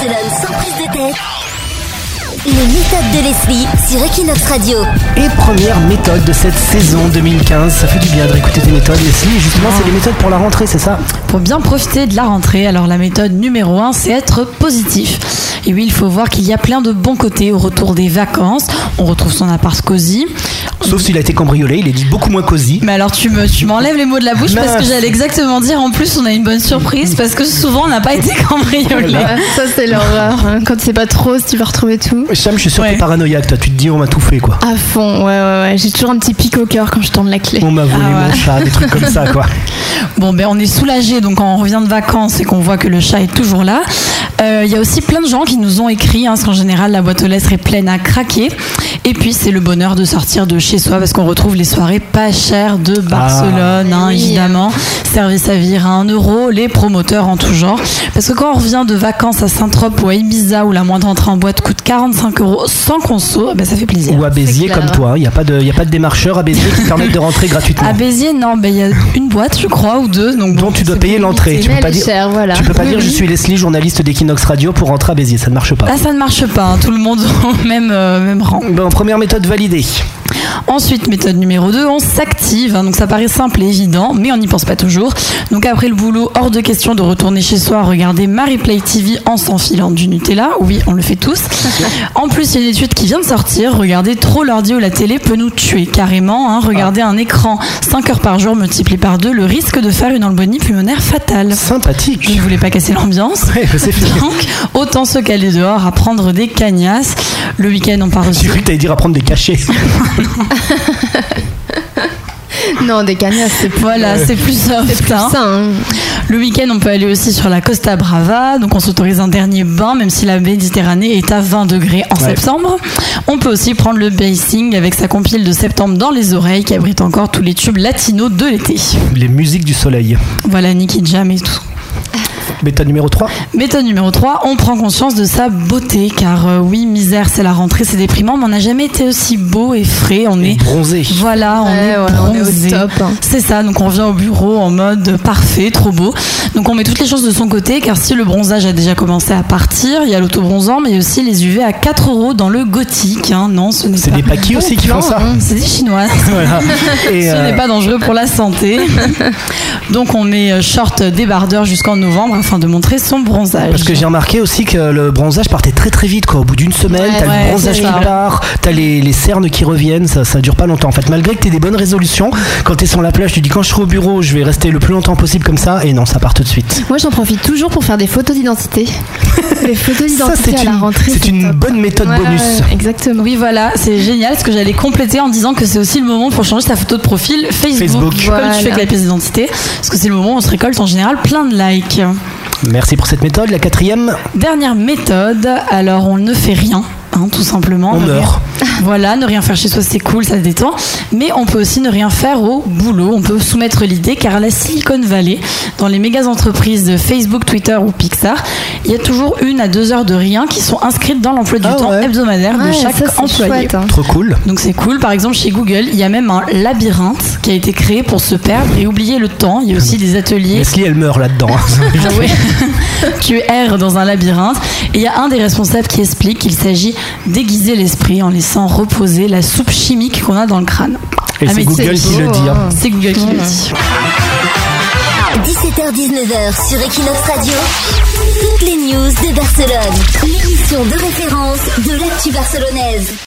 Barcelone sans prise de tête. Les méthodes de Leslie sur Equinox Radio. Et première méthode de cette saison 2015. Ça fait du bien de réécouter tes méthodes, Leslie. Et justement, c'est les méthodes pour la rentrée, c'est ça ? Pour bien profiter de la rentrée, alors la méthode numéro 1, c'est être positif. Et oui, il faut voir qu'il y a plein de bons côtés au retour des vacances. On retrouve son appart cosy. Sauf s'il a été cambriolé, il est dit beaucoup moins cosy. Mais alors tu m'enlèves les mots de la bouche parce que j'allais exactement dire. En plus, on a une bonne surprise parce que souvent on n'a pas été cambriolé. Ouais, ça c'est l'horreur. Hein. Quand tu sais pas trop si tu vas retrouver tout. Sam, je suis sûr que t'es paranoïaque. Toi, tu te dis on m'a tout fait quoi. À fond, ouais. J'ai toujours un petit pic au cœur quand je tourne la clé. On m'a volé mon chat, des trucs comme ça quoi. Bon, on est soulagés donc quand on revient de vacances et qu'on voit que le chat est toujours là. Il y a aussi plein de gens qui nous ont écrit, parce qu'en général la boîte aux lettres est pleine à craquer. Et puis c'est le bonheur de sortir de chez soi parce qu'on retrouve les soirées pas chères de Barcelone, évidemment. Service à vivre à 1 €, les promoteurs en tout genre. Parce que quand on revient de vacances à Saint-Tropez ou à Ibiza où la moindre entrée en boîte coûte 45 € sans conso, ça fait plaisir. Ou à Béziers comme toi, il n'y a pas de démarcheurs à Béziers qui permettent de rentrer gratuitement. À Béziers, non, il y a une boîte je crois ou deux. Donc tu dois payer l'entrée. Tu peux pas dire, tu peux pas dire je suis Leslie, journaliste d'Equinox Radio pour rentrer à Béziers, ça ne marche pas. Là ça ne marche pas, tout le monde au même rang. Bon, première méthode validée. Ensuite, méthode numéro 2, on s'active. Donc ça paraît simple et évident, mais on n'y pense pas toujours. Donc après le boulot, hors de question de retourner chez soi, regarder Marie-Play TV en s'enfilant du Nutella. Oui, on le fait tous. En plus, il y a une étude qui vient de sortir. Regarder trop l'ordi ou la télé peut nous tuer carrément. Regarder un écran 5 heures par jour multiplié par 2, le risque de faire une embolie pulmonaire fatale. Sympathique. Je ne voulais pas casser l'ambiance. Ouais, c'est fini. Donc, autant se caler dehors, à prendre des cagnasses. Le week-end, on part aussi. J'ai cru que t'allais dire à prendre des cachets. Non, des cagnasses, c'est plus... Voilà, c'est plus soft. C'est plus sain. Le week-end, on peut aller aussi sur la Costa Brava. Donc, on s'autorise un dernier bain, même si la Méditerranée est à 20 degrés en septembre. On peut aussi prendre le basing avec sa compile de septembre dans les oreilles qui abrite encore tous les tubes latinos de l'été. Les musiques du soleil. Voilà, Nicky Jam et tout. Méthode numéro 3. Méthode numéro 3, on prend conscience de sa beauté, car oui, misère, c'est la rentrée, c'est déprimant, mais on n'a jamais été aussi beau et frais. On est bronzé. Voilà, on est bronzé. On est au top. C'est ça, donc on revient au bureau en mode parfait, trop beau. Donc on met toutes les chances de son côté, car si le bronzage a déjà commencé à partir, il y a l'autobronzant, mais il y a aussi les UV à 4 € dans le gothique. Non, ce n'est pas... C'est des paquis aussi qui font ça. C'est des Chinois. Voilà. Et ce n'est pas dangereux pour la santé. Donc on met short débardeur jusqu'en novembre afin de montrer son bronzage. Parce que j'ai remarqué aussi que le bronzage partait très très vite quoi. Au bout d'une semaine, t'as le bronzage qui part, t'as les cernes qui reviennent, ça dure pas longtemps en fait. Malgré que t'aies des bonnes résolutions, quand t'es sur la plage, tu dis quand je serai au bureau, je vais rester le plus longtemps possible comme ça, et non, ça part tout de suite. Moi j'en profite toujours pour faire des photos d'identité. Les photos d'identité à la rentrée. C'est une bonne méthode bonus. Exactement. Oui voilà, c'est génial, parce que j'allais compléter en disant que c'est aussi le moment pour changer sa photo de profil Facebook. Comme tu fais avec la pièce d'identité, parce que c'est le moment où on se récolte en général plein de likes. Merci pour cette méthode. La 4e. Dernière méthode, alors on ne fait rien. Tout simplement. On meurt. Voilà, ne rien faire chez soi, c'est cool, ça se détend. Mais on peut aussi ne rien faire au boulot. On peut soumettre l'idée, car à la Silicon Valley, dans les méga entreprises de Facebook, Twitter ou Pixar, il y a toujours 1 à 2 heures de rien qui sont inscrites dans l'emploi du temps hebdomadaire de chaque employé. Chouette, Trop cool. Donc c'est cool. Par exemple, chez Google, il y a même un labyrinthe qui a été créé pour se perdre et oublier le temps. Il y a aussi des ateliers. Leslie, elle meurt là-dedans. Tu erres dans un labyrinthe. Et il y a un des responsables qui explique qu'il s'agit d'aiguiser l'esprit en laissant reposer la soupe chimique qu'on a dans le crâne. Et c'est Google qui le dit. C'est Google qui le dit. 17h-19h sur Equinox Radio, toutes les news de Barcelone. L'émission de référence de l'actu barcelonaise.